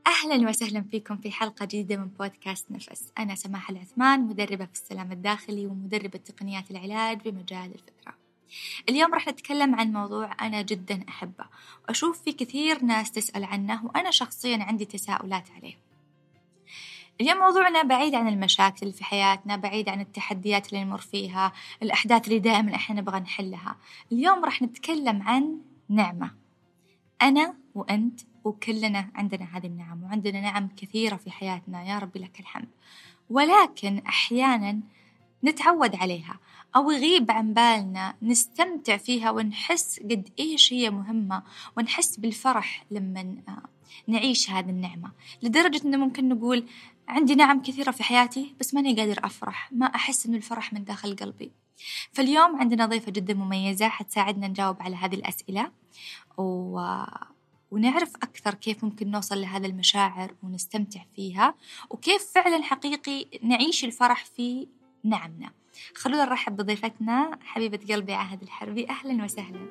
أهلا وسهلا فيكم في حلقة جديدة من بودكاست نفس. أنا سماح العثمان، مدربة في السلام الداخلي ومدربة تقنيات العلاج بمجال الفكرة. اليوم راح نتكلم عن موضوع أنا جدا أحبه وأشوف في كثير ناس تسأل عنه، وأنا شخصيا عندي تساؤلات عليه. اليوم موضوعنا بعيد عن المشاكل اللي في حياتنا، بعيد عن التحديات اللي نمر فيها، الأحداث اللي دائما إحنا نبغى نحلها. اليوم راح نتكلم عن نعمة. أنا وأنت وكلنا عندنا هذه النعم، وعندنا نعم كثيرة في حياتنا، يا رب لك الحمد. ولكن أحيانا نتعود عليها أو يغيب عن بالنا نستمتع فيها ونحس قد إيش هي مهمة، ونحس بالفرح لما نعيش هذه النعمة، لدرجة أنه ممكن نقول عندي نعم كثيرة في حياتي بس ماني قادر أفرح، ما أحس أنه الفرح من داخل قلبي. فاليوم عندنا ضيفة جدا مميزة حتساعدنا نجاوب على هذه الأسئلة ونعرف أكثر كيف ممكن نوصل لهذا المشاعر ونستمتع فيها، وكيف فعلا حقيقي نعيش الفرح في نعمنا. خلونا نرحب بضيفتنا حبيبة قلبي عهد الحربي. أهلا وسهلا.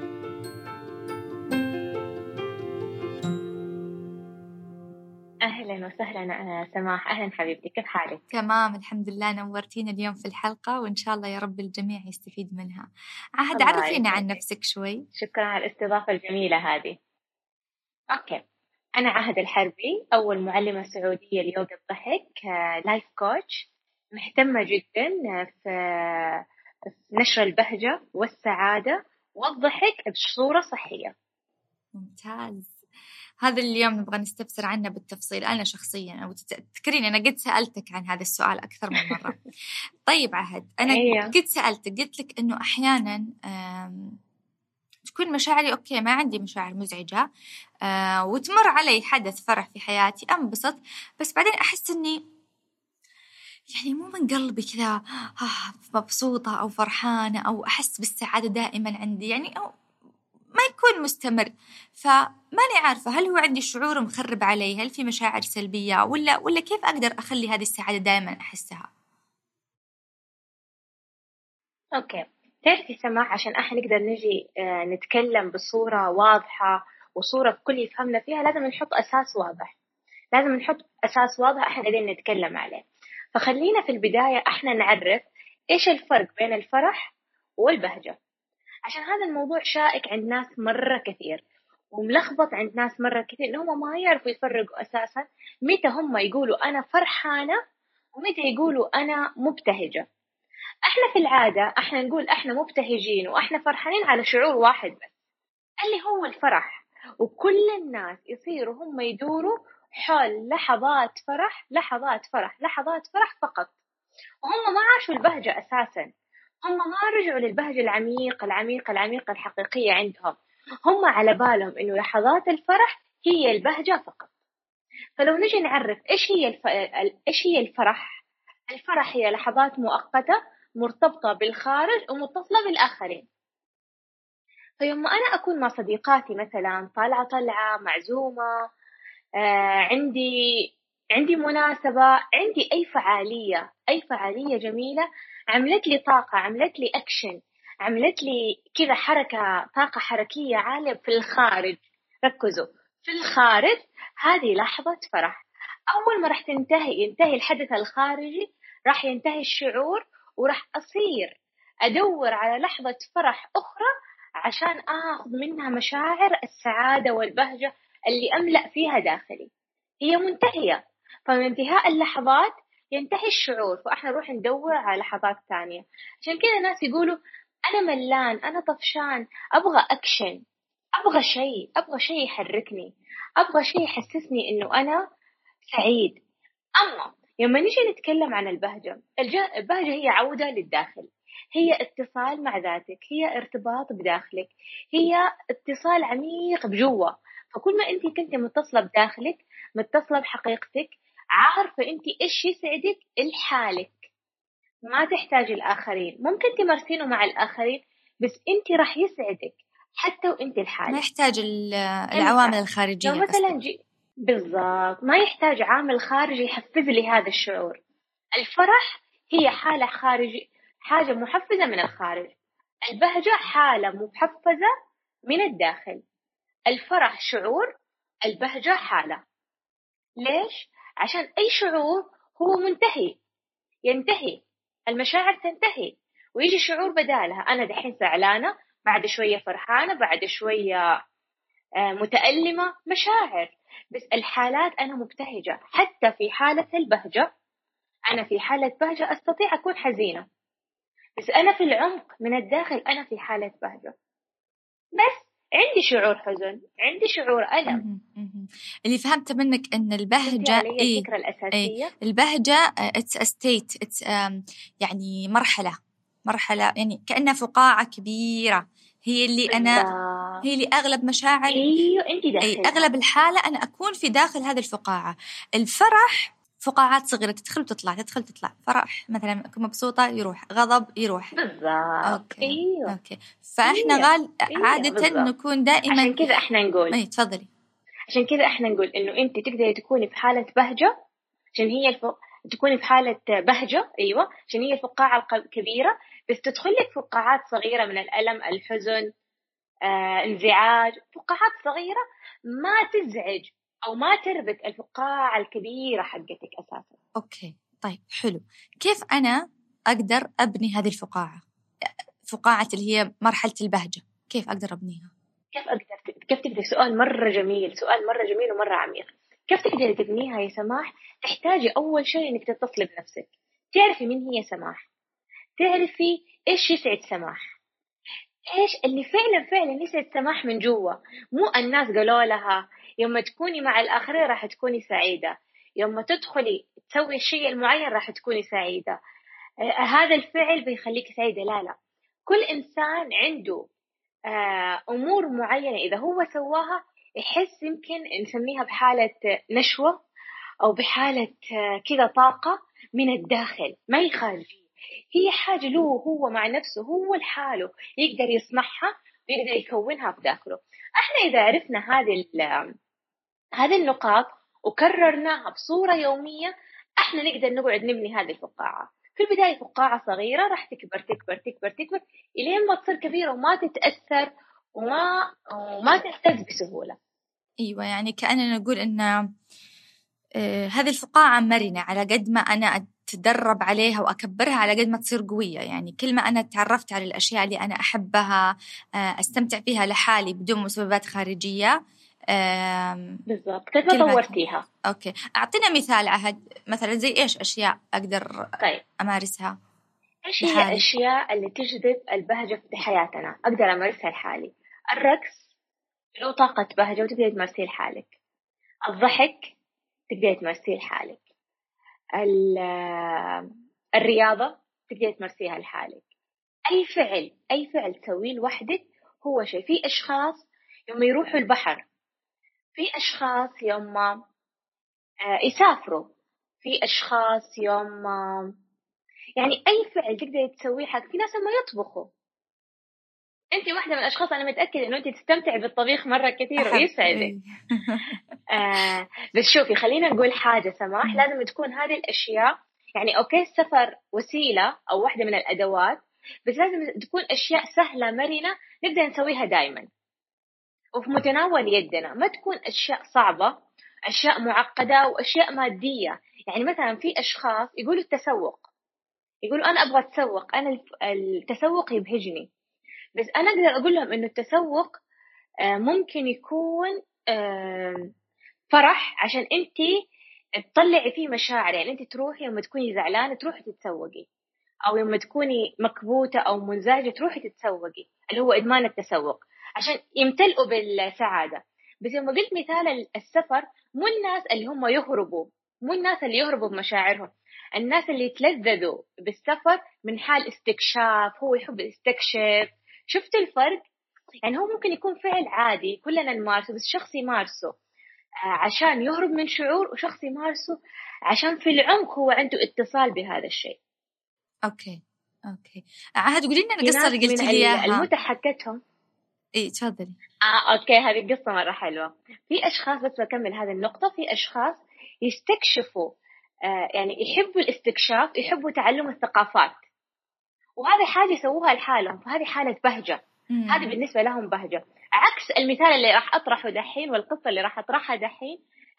أهلا وسهلا سماح، أهلا حبيبتي، كيف حالك؟ تمام الحمد لله، نورتينا اليوم في الحلقة وإن شاء الله يا رب الجميع يستفيد منها. عهد عرفينا عن نفسك شوي. شكرا على الاستضافة الجميلة هذه. أوكي، أنا عهد الحربي، أول معلمة سعودية ليوغا الضحك، لايف كوتش، مهتمة جدا في نشر البهجة والسعادة والضحك بصورة صحية. ممتاز. هذا اليوم نبغى نستفسر عنه بالتفصيل. أنا شخصياً أو تذكرين أنا قد سألتك عن هذا السؤال أكثر من مرة. طيب عهد، أنا قد سألتك، قلت لك إنه أحياناً تكون مشاعري أوكي، ما عندي مشاعر مزعجة، وتمر علي حدث فرح في حياتي أنبسط، بس بعدين أحس إني يعني مو من قلبي كذا مبسوطة أو فرحانة أو أحس بالسعادة دائماً عندي، يعني أو ما يكون مستمر. فماني عارفة هل هو عندي شعور مخرب علي، هل في مشاعر سلبية، ولا كيف أقدر أخلي هذه السعادة دائما أحسها؟ أوكي، تعرفي سماح، عشان احنا نقدر نجي نتكلم بصورة واضحة وصورة الكل يفهمنا فيها، لازم نحط أساس واضح. لازم نحط أساس واضح احنا قاعدين نتكلم عليه. فخلينا في البداية احنا نعرف ايش الفرق بين الفرح والبهجة، عشان هذا الموضوع شائك عند ناس مرة كثير وملخبط عند ناس مرة كثير، إنهم ما يعرفوا يفرقوا أساسا متى هم يقولوا أنا فرحانة ومتى يقولوا أنا مبتهجة. احنا في العادة احنا نقول احنا مبتهجين واحنا فرحانين على شعور واحد بس، اللي هو الفرح، وكل الناس يصيروا هم يدوروا حول لحظات فرح لحظات فرح لحظات فرح فقط، وهم ما عاشوا البهجة أساسا. هم ما رجعوا للبهجة العميقة العميقة العميقة الحقيقية عندهم. هم على بالهم إنه لحظات الفرح هي البهجة فقط. فلو نجي نعرف إيش هي الفرح. الفرح هي لحظات مؤقتة مرتبطة بالخارج ومتصلة بالآخرين. فيوم أنا أكون مع صديقاتي مثلا طالعة معزومة، عندي مناسبة، عندي أي فعالية جميلة، عملت لي طاقة، عملت لي أكشن، عملت لي كذا حركة، طاقة حركية عالية في الخارج. ركزوا في الخارج، هذه لحظة فرح. أول ما راح ينتهي الحدث الخارجي، راح ينتهي الشعور، وراح أصير أدور على لحظة فرح أخرى عشان آخذ منها مشاعر السعادة والبهجة اللي أملأ فيها داخلي. هي منتهية، فمن انتهاء اللحظات ينتهي الشعور، فإحنا نروح ندور على لحظات ثانية. عشان كذا الناس يقولوا أنا ملان، أنا طفشان، أبغى أكشن، أبغى شيء يحركني، أبغى شيء يحسسني إنه أنا سعيد. أما لما نيجي نتكلم عن البهجة، البهجة هي عودة للداخل، هي اتصال مع ذاتك، هي ارتباط بداخلك، هي اتصال عميق بجوا. فكل ما انت كنت متصلة بداخلك، متصلة بحقيقتك، عارفة انت ايش يسعدك لحالك، ما تحتاج الآخرين. ممكن تمارسينه مع الآخرين، بس انت راح يسعدك حتى وانت لحالك، ما يحتاج العوامل الخارجية. لو مثلا بالضبط، ما يحتاج عامل خارجي يحفز لي هذا الشعور. الفرح هي حالة خارجية، حاجة محفزة من الخارج. البهجة حالة محفزة من الداخل. الفرح شعور، البهجة حالة. ليش؟ عشان أي شعور هو منتهي، ينتهي، المشاعر تنتهي ويجي شعور بدالها. أنا دحين زعلانة، بعد شوية فرحانة، بعد شوية متألمة، مشاعر. بس الحالات أنا مبتهجة، حتى في حالة البهجة أنا في حالة بهجة أستطيع أكون حزينة، بس أنا في العمق من الداخل أنا في حالة بهجة، بس عندي شعور حزن، عندي شعور ألم. اللي فهمت منك إن فهمتي البهجة علي الفكرة الأساسية؟ البهجة it's a state يعني مرحلة يعني كأنها فقاعة كبيرة، هي اللي أغلب مشاعر. أيوه أنت داخلها. أغلب الحالة أنا أكون في داخل هذه الفقاعة. الفرح فقاعات صغيرة تدخل وتطلع، تدخل تطلع. فرح مثلا أكون مبسوطة يروح، غضب يروح. بالضبط. أيوه. أوكي. فإحنا عادة بالضبط. نكون دائما. عشان كذا إحنا نقول تفضلي. عشان كذا إحنا نقول إنه أنت تقدري تكوني في حالة بهجة، عشان هي تكوني في حالة بهجة، أيوة، عشان هي الفقاعة الكبيرة، بس تدخل لك فقاعات صغيرة من الألم، الحزن، انزعاج، فقاعات صغيرة ما تزعج أو ما تربك الفقاعة الكبيرة حقتك أساسا. أوكي طيب حلو. كيف أنا أقدر أبني هذه الفقاعة، فقاعة اللي هي مرحلة البهجة، كيف أقدر أبنيها؟ كيف تقدر؟ سؤال مرة جميل، سؤال مرة جميل ومرة عميق. كيف تقدري تبنيها يا سماح؟ تحتاجي أول شيء إنك تتصلي بنفسك، تعرفي مين هي سماح، تعرفي إيش يسعد سماح، إيش اللي فعلا يسعد سماح من جوا. مو الناس قالوا لها يوم تكوني مع الآخرين راح تكوني سعيدة، يوم تدخلي تسوي الشيء المعين راح تكوني سعيدة، هذا الفعل بيخليك سعيدة. لا، كل إنسان عنده أمور معينة إذا هو سواها يحس، يمكن نسميها بحالة نشوة أو بحالة كذا طاقة من الداخل ما هي خارجية، هي حاجة له هو مع نفسه، هو لحاله يقدر يصنعها ويقدر يكونها في داخله. احنا إذا عرفنا هذه النقاط وكررناها بصورة يومية، احنا نقدر نقعد نبني هذه الفقاعة. في البداية فقاعة صغيرة راح تكبر تكبر تكبر تكبر إلين ما تصير كبيرة وما تتأثر وما تهتز بسهولة. أيوة، يعني كأننا نقول إن هذه الفقاعة مرنة، على قد ما أنا أتدرب عليها وأكبرها على قد ما تصير قوية. يعني كل ما أنا تعرفت على الأشياء اللي أنا أحبها، أستمتع فيها لحالي بدون مسببات خارجية. بالضبط، كيف ما طورتيها. أوكي، أعطينا مثال عهد، مثلا زي إيش أشياء أقدر أمارسها؟ إيش هي الأشياء اللي تجذب البهجة في حياتنا أقدر أمارسها لحالي؟ الرقص له طاقة بهجة وتقدر تمارسيه لحالك، الضحك تقدر تمارسيه لحالك، الرياضة تقدر تمارسيها لحالك، أي فعل تسويه لوحدك هو شيء. في أشخاص يوم يروحوا البحر، في أشخاص يوم يسافروا، في أشخاص يوم يعني أي فعل تقدر تسويه حق. في ناس ما يطبخوا، أنت واحدة من الأشخاص أنا متأكدة إنه أنت تستمتعي بالطبيخ مرة كثير ويسعدك. بس شوفي، خلينا نقول حاجة سماح، لازم تكون هذه الأشياء يعني أوكي، السفر وسيلة أو واحدة من الأدوات، بس لازم تكون أشياء سهلة مرنة نقدر نسويها دايما وفي متناول يدنا، ما تكون أشياء صعبة، أشياء معقدة وأشياء مادية. يعني مثلا في أشخاص يقولوا التسوق، يقولوا أنا أبغى أتسوق، أنا التسوق يبهجني، بس أنا أقدر أقول لهم إنه التسوق ممكن يكون فرح عشان أنتي تطلعي فيه مشاعر. يعني أنتي تروحي لما تكوني زعلانة تروحي تتسوقي، أو لما تكوني مكبوتة أو منزعجة تروحي تتسوقي، اللي هو إدمان التسوق، عشان يمتلئوا بالسعادة. بس لما قلت مثال السفر، مو الناس اللي هم يهربوا، مو الناس اللي يهربوا بمشاعرهم، الناس اللي يتلذذوا بالسفر من حال استكشاف، هو يحب يستكشف. شفت الفرق؟ يعني هو ممكن يكون فعل عادي كلنا نمارسه، بس شخص يمارسه عشان يهرب من شعور، وشخص يمارسه عشان في العمق هو عنده اتصال بهذا الشيء. أوكي عهد، قولي لنا القصة اللي قلتي لي إياها. المتعة حقتهم. إيه تفضلي. أوكي، هذه القصة مرة حلوة. في أشخاص، بس بكمل هذه النقطة، في أشخاص يستكشفوا يعني يحبوا الاستكشاف، يحبوا تعلم الثقافات، وهذه حاجة يسووها لحالهم، فهذه حالة بهجة. هذه بالنسبة لهم بهجة، عكس المثال اللي راح أطرحه دحين والقصة اللي راح أطرحها دحين.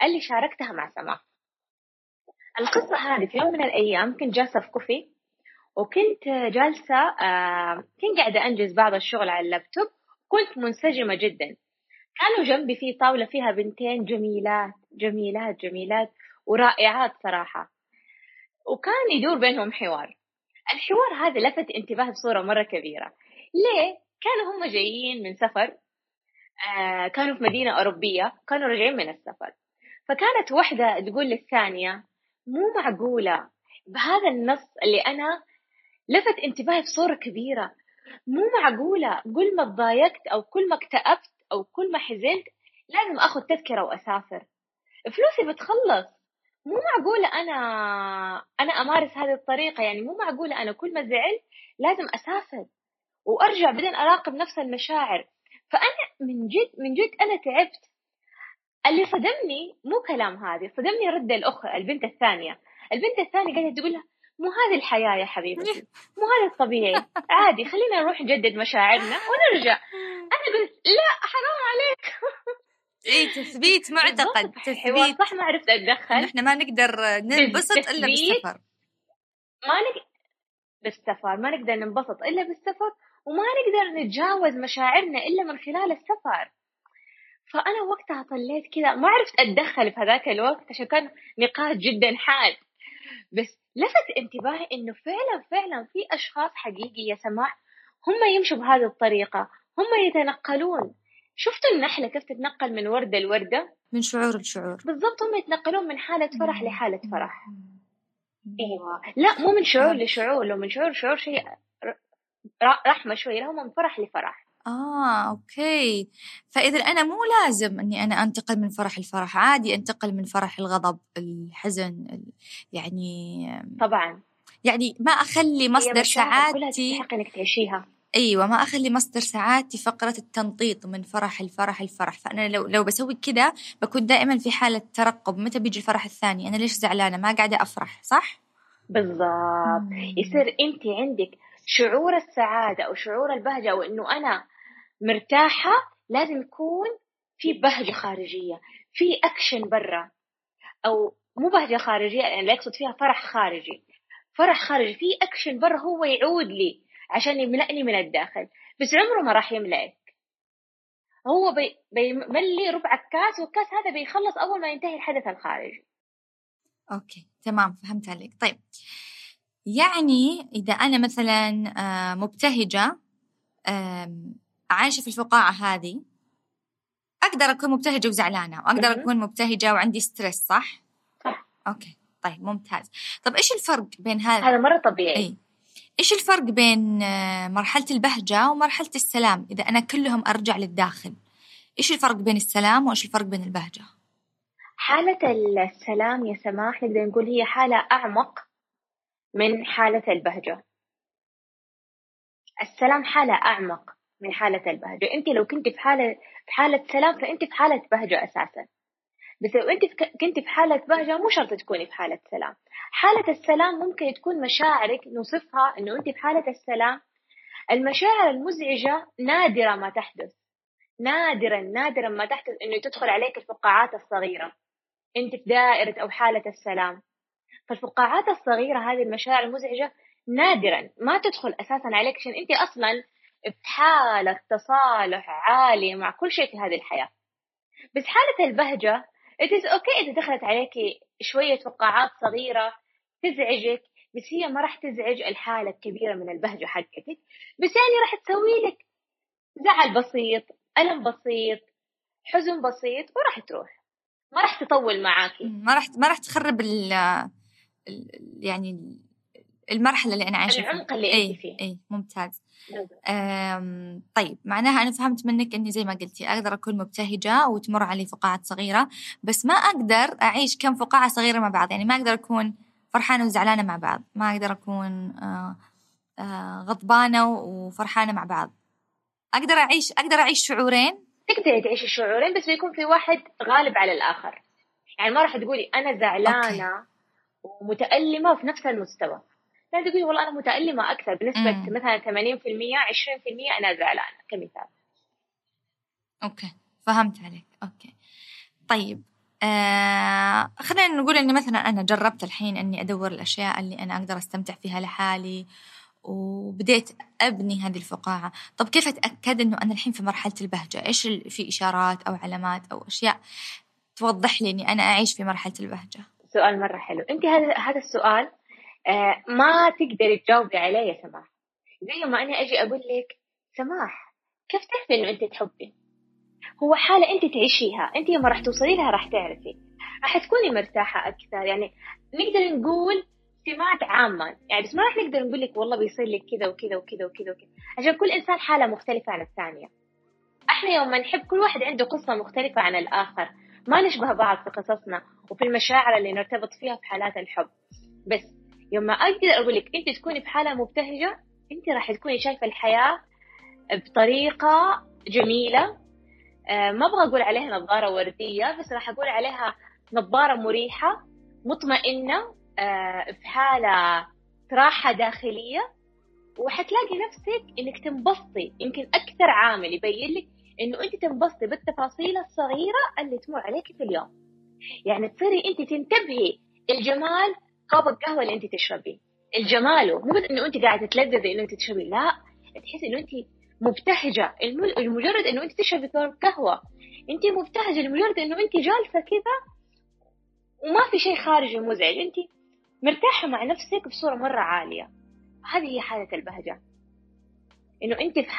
اللي شاركتها مع سماح. القصة هذه في يوم من الأيام كنت جالسة في كوفي، وكنت جالسة كنت قاعدة أنجز بعض الشغل على اللابتوب، كنت منسجمة جدا. كانوا جنبي في طاولة فيها بنتين جميلات جميلات جميلات ورائعات صراحة، وكان يدور بينهم حوار. الحوار هذا لفت انتباهي بصورة مرة كبيرة. ليه؟ كانوا هم جايين من سفر، كانوا في مدينة أوروبية، كانوا راجعين من السفر. فكانت واحدة تقول للثانية: مو معقولة بهذا النص اللي أنا لفت انتباهي بصورة كبيرة، مو معقولة كل ما تضايقت أو كل ما اكتئبت أو كل ما حزنت لازم أخذ تذكرة وأسافر، فلوسي بتخلص. مو معقولة أنا أمارس هذه الطريقة، يعني مو معقولة أنا كل ما زعل لازم أسافر وأرجع بعدين أراقب نفس المشاعر. فأنا من جد أنا تعبت. اللي صدمني مو كلام هذه، صدمني رد البنت الثانية قالت تقول لها: مو هذه الحياة يا حبيبتي، مو هذا الطبيعي، عادي، خلينا نروح نجدد مشاعرنا ونرجع. أنا قلت: لا، حرام عليك. إيه، تثبيت معتقد، حوار تثبيت صح، ما عرفت أتدخل. إنه إحنا ما نقدر ننبسط إلا تثبيت، بالسفر. ما نقدر ننبسط إلا بالسفر، وما نقدر نتجاوز مشاعرنا إلا من خلال السفر. فأنا وقتها طليت كذا، ما عرفت أتدخل في هذاك الوقت عشان كان نقاش جدا حاد، بس لفت انتباهي إنه فعلا في أشخاص حقيقي يا سماح هم يمشوا بهذه الطريقة، هم يتنقلون. شفتوا النحلة كيف تتنقل من وردة لوردة؟ من شعور لشعور. بالضبط، هم يتنقلون من حالة فرح لحالة فرح. ايوه، لا مو من شعور لشعور، لو من شعور لشعور شيء رحمة شوي، لا هم من فرح لفرح. أوكي. فإذا أنا مو لازم أني أنا أنتقل من فرح لفرح، عادي أنتقل من فرح الغضب، الحزن، يعني طبعا، يعني ما أخلي مصدر مشاعر كلها سعادتي. تستحق إنك تعيشيها. أيوة، ما أخلي مصدر سعادتي فقرة التنطيط من فرح الفرح الفرح. فأنا لو بسوي كده بكون دائما في حالة ترقب، متى بيجي الفرح الثاني، أنا ليش زعلانة، ما قاعدة أفرح، صح؟ بالضبط. يصير أنت عندك شعور السعادة أو شعور البهجة أو إنه أنا مرتاحة، لازم يكون في بهجة خارجية، في أكشن برا، أو مو بهجة خارجية يعني لا يقصد فيها فرح خارجي، فرح خارجي في أكشن برا هو يعود لي عشان يملأني من الداخل، بس عمره ما راح يملأك. هو بيملي ربع الكاس، والكاس هذا بيخلص أول ما ينتهي الحدث الخارجي. أوكي، تمام، فهمت عليك. طيب، يعني إذا أنا مثلا مبتهجة، عايشة في الفقاعة هذه، أقدر أكون مبتهجة وزعلانة، وأقدر أكون مبتهجة وعندي ستريس، صح؟ صح. أوكي، طيب، ممتاز. طب إيش الفرق بين هذا مرة طبيعي. أي. إيش الفرق بين مرحلة البهجة ومرحلة السلام إذا أنا كلهم أرجع للداخل؟ إيش الفرق بين السلام وإيش الفرق بين البهجة؟ حالة السلام يا سماح نقدر نقول هي حالة أعمق من حالة البهجة. السلام حالة أعمق من حالة البهجة. أنت لو كنت في حالة سلام فأنت في حالة بهجة أساسا، بس لو أنت كنت في حالة بهجة مو شرط تكوني في حالة سلام. حالة السلام ممكن تكون مشاعرك نوصفها إنه أنت في حالة السلام. المشاعر المزعجة نادرة ما تحدث، نادرا ما تحدث إنه تدخل عليك الفقاعات الصغيرة. أنت في دائرة أو حالة السلام، فالفقاعات الصغيرة هذه المشاعر المزعجة نادرا ما تدخل أساسا عليك، عشان أنت أصلا في حالة تصالح عالية مع كل شيء في هذه الحياة. بس حالة البهجة it is okay إذا دخلت عليك شوية فقاعات صغيرة تزعجك، بس هي ما راح تزعج الحالة الكبيرة من البهجة حقتك، بس يعني راح تسوي لك زعل بسيط، ألم بسيط، حزن بسيط، وراح تروح، ما راح تطول معاكي، ما راح تخرب يعني المرحلة اللي أنا عايشة فيها، العمق اللي أنت فيه. أي، ممتاز. طيب، معناها أنا فهمت منك إني زي ما قلتي أقدر أكون مبتهجة وتمر علي فقاعات صغيرة، بس ما أقدر أعيش كم فقاعة صغيرة مع بعض. يعني ما أقدر أكون فرحانة وزعلانة مع بعض، ما أقدر أكون غضبانة وفرحانة مع بعض. أقدر أعيش شعورين. تقدري تعيشي الشعورين، بس بيكون في واحد غالب على الآخر. يعني ما راح تقولي أنا زعلانة ومتألمة وفي نفس المستوى، لا تقولي والله أنا متألمة أكثر بنسبة مثلا 80%، 20% أنا زعلانة كمثال. أوكي، فهمت عليك. أوكي، طيب، خلينا نقول إني مثلا أنا جربت الحين إني أدور الأشياء اللي أنا أقدر أستمتع فيها لحالي، وبديت أبني هذه الفقاعة. طب كيف أتأكد إنه أنا الحين في مرحلة البهجة؟ إيش في إشارات أو علامات أو أشياء توضح لي إني أنا أعيش في مرحلة البهجة؟ سؤال مرة حلو. أنت هذا السؤال ما تقدري تجاوبي عليه يا سماح. زي ما أنا أجي أقول لك سماح كيف تعرفي إنه أنت تحبي؟ هو حالة أنت تعيشيها، أنت لما راح توصلي لها راح تعرفي، راح تكوني مرتاحة أكثر. يعني نقدر نقول سمات عامة يعني، بس ما راح نقدر نقول لك والله بيصير لك كذا وكذا وكذا وكذا وكذا، عشان كل إنسان حالة مختلفة عن الثانية. إحنا يوم ما نحب كل واحد عنده قصة مختلفة عن الآخر، ما نشبه بعض في قصصنا وفي المشاعر اللي نرتبط فيها في حالات الحب. بس يوم ما أقدر أقول لك أنت تكوني بحالة مبتهجة، أنت راح تكوني شايفة الحياة بطريقة جميلة. ما أبغى أقول عليها نظارة وردية، بس راح أقول عليها نظارة مريحة مطمئنة، في حالة راحة داخلية، وحتلاقي نفسك إنك تنبسطي. يمكن أكثر عامل يبين لك إنه أنت تنبسطي بالتفاصيل الصغيرة اللي تمر عليك في اليوم. يعني تصيري أنت تنتبهي الجمال كوب القهوة اللي أنت تشربيه، الجماله مو بس إنه أنت قاعدة تلذذي إنه أنت تشربي، لا، تحسي إنه أنت مبتهجة. المجرد إنه أنت تشربي كوب قهوة أنت مبتهجة، المجرد إنه أنت جالسة كذا وما في شيء خارجي مزعج، أنت مرتاحة مع نفسك بصورة مرة عالية. هذه هي حالة البهجة، إنه أنت في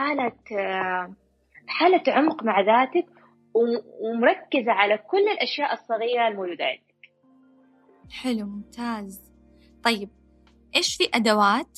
حالة عمق مع ذاتك ومركزة على كل الأشياء الصغيرة الموجودة عندك. حلو، ممتاز. طيب إيش في أدوات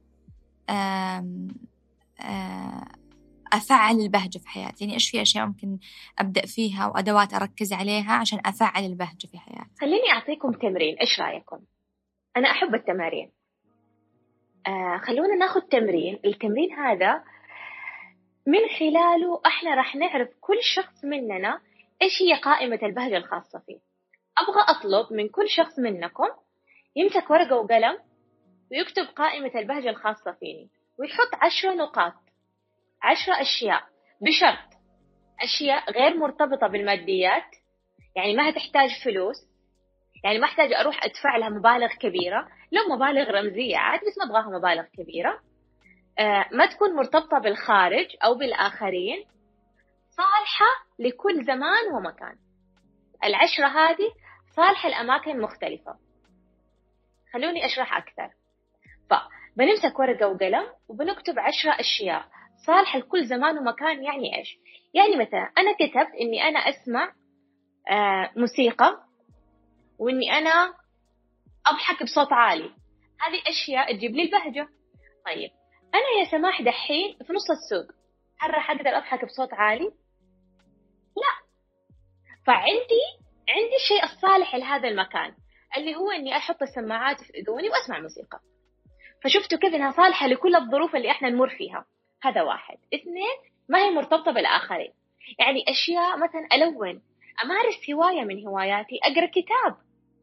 أفعل البهجة في حياتي؟ يعني إيش في أشياء ممكن أبدأ فيها وأدوات أركز عليها عشان أفعل البهجة في حياتي؟ خليني أعطيكم تمرين، إيش رأيكم؟ أنا أحب التمارين. خلونا ناخذ تمرين. التمرين هذا من خلاله احنا راح نعرف كل شخص مننا ايش هي قائمة البهجة الخاصة فيه. ابغى اطلب من كل شخص منكم يمسك ورقة وقلم ويكتب قائمة البهجة الخاصة فيني، ويحط 10 نقاط، 10 اشياء، بشرط اشياء غير مرتبطة بالماديات. يعني ما هتحتاج فلوس، يعني ما احتاج اروح ادفع لها مبالغ كبيرة، لو مبالغ رمزية عاد، بس ما ابغاها مبالغ كبيرة. ما تكون مرتبطة بالخارج أو بالآخرين، صالحة لكل زمان ومكان. 10 هذه صالحة لأماكن مختلفة. خلوني أشرح أكثر. فبنمسك ورقة وقلم وبنكتب 10 أشياء صالحة لكل زمان ومكان. يعني إيش؟ يعني مثلا أنا كتبت إني أنا أسمع موسيقى، وإني أنا أضحك بصوت عالي. هذه أشياء تجيب لي البهجة. طيب أنا يا سماح دحين في نص السوق، هل راح أقدر أضحك بصوت عالي؟ لا. فعندي الشيء الصالح لهذا المكان اللي هو إني أحط السماعات في أذني وأسمع موسيقى. فشفتوا كيف إنها صالحة لكل الظروف اللي إحنا نمر فيها. هذا واحد. 2، ما هي مرتبطة بالآخرين. يعني أشياء مثلا ألون، أمارس هواية من هواياتي، أقرأ كتاب،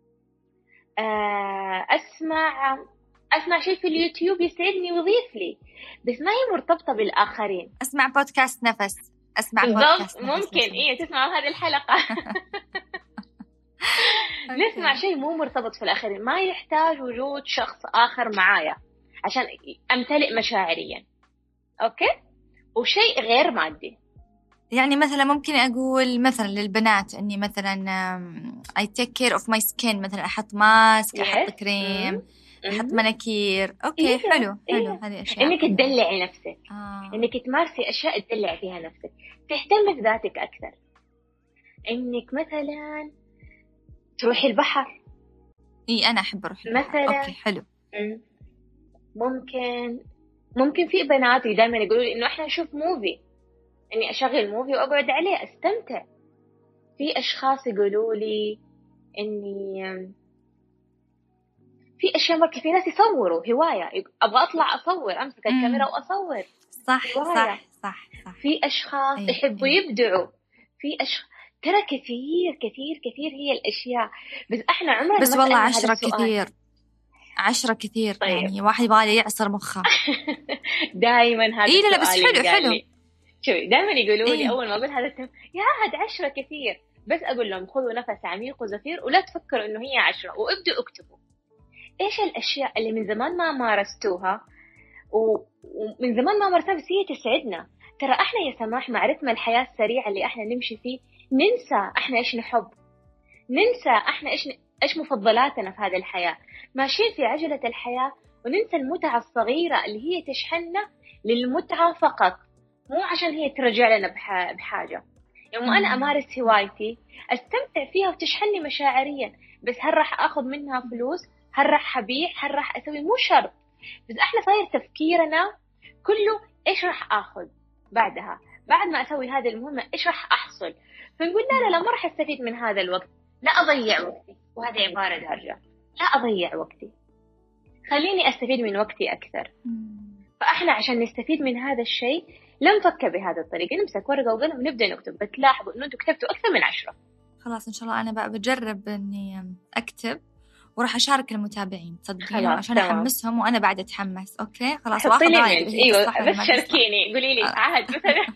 أسمع شيء في اليوتيوب يسعدني ويضيف لي، بس ما هي مرتبطة بالآخرين. أسمع بودكاست نفس، بالضبط، ممكن تسمعوا هذه الحلقة. نسمع شيء مو مرتبط في الآخرين، ما يحتاج وجود شخص آخر معايا عشان أمتلئ مشاعريا. أوكي؟ وشيء غير مادي. يعني مثلا ممكن أقول مثلا للبنات إني مثلا I take care of my skin، مثلا أحط ماسك، أحط كريم، أحط مناكير. أوكي، حلو. هذه أشياء إنك تدلعي نفسك، إنك تمارسي أشياء تدلعي فيها نفسك، تهتمي بذاتك أكثر. إنك مثلا تروحي البحر. أنا أحب أروح البحر مثلا. أوكي، حلو. ممكن في بنات دائما يقولوا لي إنه إحنا نشوف موفي، إني أشغل موفي وأقعد عليه أستمتع. في أشخاص يقولوا لي إني في أشياء مرة، في ناس يصوروا هواية، أبغى أطلع أصور، أمسك الكاميرا وأصور. صح هواية. صح. في أشخاص يحبوا يبدعوا. في ترى كثير هي الأشياء، بس إحنا عمرنا بس والله 10 كثير. طيب. يعني واحد يبغى يعصر مخه. دائما هذا السؤال. لا بس حلو. شوفي دائما يقولوا لي أول ما أقول هذا يا هاد 10 كثير، بس أقول لهم خذوا نفس عميق وزفير ولا تفكروا إنه هي 10، وابدوا اكتبوا إيش الأشياء اللي من زمان ما مارستوها ومن زمان ما مارستها بس هي تسعدنا. ترى احنا يا سماح مع رتم الحياة السريع اللي احنا نمشي فيه ننسى احنا ايش نحب، ننسى احنا ايش مفضلاتنا في هذه الحياة، ماشيين في عجلة الحياة وننسى المتعة الصغيرة اللي هي تشحننا للمتعة فقط، مو عشان هي ترجع لنا بحاجة. يوم أنا أمارس هوايتي أستمتع فيها وتشحنني مشاعريا، بس هل راح أخذ منها فلوس؟ هل راح أبيع؟ هل راح أسوي؟ مو شرط. بس إحنا صاير تفكيرنا كله إيش راح أخذ بعدها، بعد ما أسوي هذه المهمة إيش راح أحصل. فنقول لا ما راح أستفيد من هذا الوقت، لا أضيع وقتي. وهذه عبارة دارجة، لا أضيع وقتي، خليني أستفيد من وقتي أكثر. فإحنا عشان نستفيد من هذا الشيء لا نفكر بهذا الطريقة، نمسك ورقة وقلم ونبدأ نكتب. بتلاحظوا إنه أنتوا كتبتوا أكثر من 10. خلاص إن شاء الله أنا بقى بجرب إني أكتب وراح أشارك المتابعين تصدقين عشان أحمسهم وأنا بعد أتحمس. أوكي خلاص وآخذ رأيك. أيوة بس شاركيني قولي لي عهد مثلا.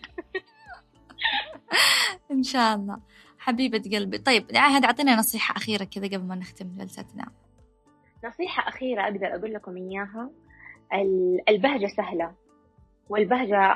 إن شاء الله حبيبة قلبي. طيب عهد أعطينا نصيحة أخيرة كذا قبل ما نختم جلستنا. نصيحة أخيرة أقدر أقول لكم إياها، البهجة سهلة، والبهجة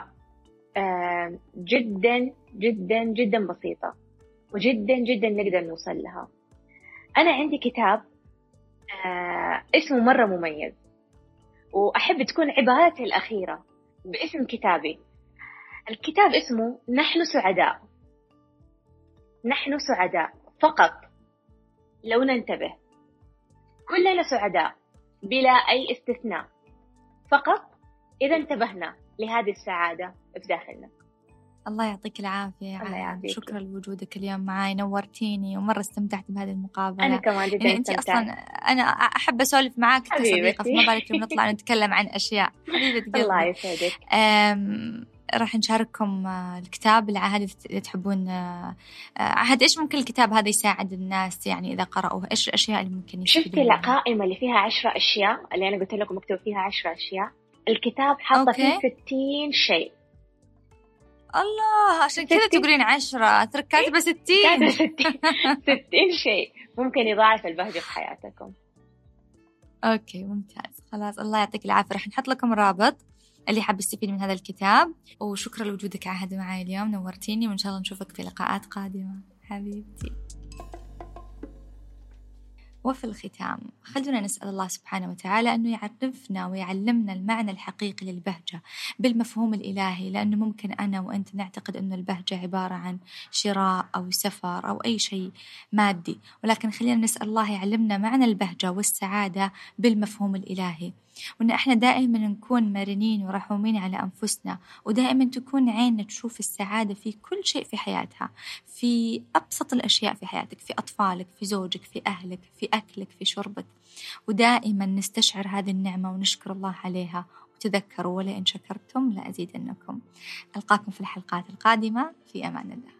جدا جدا جدا بسيطة، وجدا جدا نقدر نوصل لها. أنا عندي كتاب اسمه مرة مميز، وأحب تكون عبارتي الأخيرة باسم كتابي. الكتاب اسمه نحن سعداء. نحن سعداء فقط لو ننتبه، كلنا سعداء بلا أي استثناء، فقط إذا انتبهنا لهذه السعادة في داخلنا. الله يعطيك العافية يا عاد، شكرا لوجودك اليوم معي، نورتيني ومرة استمتعت بهذه المقابلة. أنا كمان جدا يعني أنت أصلا أنا أحب أسولف معاك كصديقة، فما بالك لما نطلع نتكلم عن أشياء. حبيبة قلبي الله يسعدك. راح نشارككم الكتاب اللي عهد إذا تحبون. عهد إيش ممكن الكتاب هذا يساعد الناس يعني إذا قرأوه؟ إيش الأشياء اللي ممكن يستفيدون؟ شفتي القائمة اللي فيها 10 أشياء اللي أنا قلت لكم مكتوب فيها 10 أشياء؟ الكتاب حاطة فيه 60 شيء. الله، عشان كذا تقولين 10 ترى كاتبة 60. 60 شيء ممكن يضاعف البهجة في حياتكم. أوكي ممتاز، خلاص الله يعطيك العافية. رح نحط لكم رابط اللي حاب يستفيد من هذا الكتاب. وشكرا لوجودك عهد معي اليوم، نورتيني، وإن شاء الله نشوفك في لقاءات قادمة حبيبتي. وفي الختام خلونا نسأل الله سبحانه وتعالى أنه يعرفنا ويعلمنا المعنى الحقيقي للبهجة بالمفهوم الإلهي، لأنه ممكن أنا وأنت نعتقد أنه البهجة عبارة عن شراء أو سفر أو أي شيء مادي، ولكن خلينا نسأل الله يعلمنا معنى البهجة والسعادة بالمفهوم الإلهي، وأن إحنا دائما نكون مرنين ورحومين على أنفسنا، ودائما تكون عيننا تشوف السعادة في كل شيء في حياتها، في أبسط الأشياء في حياتك، في أطفالك، في زوجك، في أهلك، في أكلك، في شربك، ودائما نستشعر هذه النعمة ونشكر الله عليها. وتذكروا ولئن شكرتم لأزيدنكم. ألقاكم في الحلقات القادمة، في أمان الله.